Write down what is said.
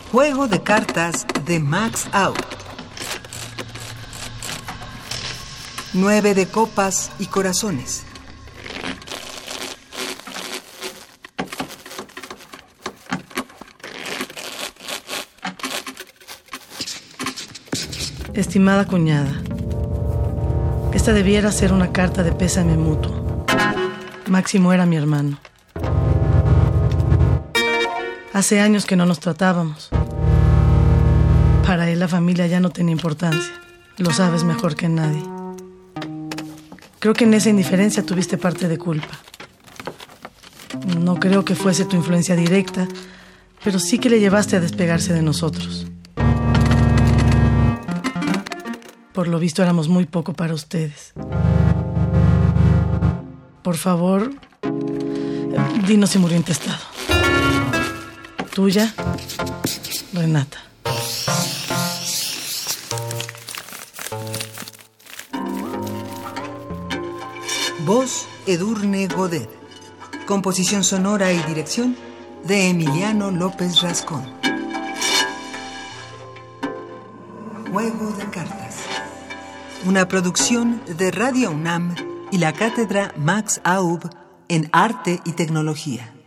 Juego de cartas de Max Out. 9 de copas y corazones. Estimada cuñada, esta debiera ser una carta de pésame mutuo. Máximo era mi hermano. Hace años que no nos tratábamos. Para él la familia ya no tiene importancia. Lo sabes mejor que nadie. Creo que en esa indiferencia tuviste parte de culpa. No creo que fuese tu influencia directa, pero sí que le llevaste a despegarse de nosotros. Por lo visto éramos muy poco para ustedes. Por favor, dinos si murió intestado. Tuya, Renata. Voz, Edurne Godet. Composición sonora y dirección de Emiliano López Rascón. Juego de cartas. Una producción de Radio UNAM y la Cátedra Max Aub en Arte y Tecnología.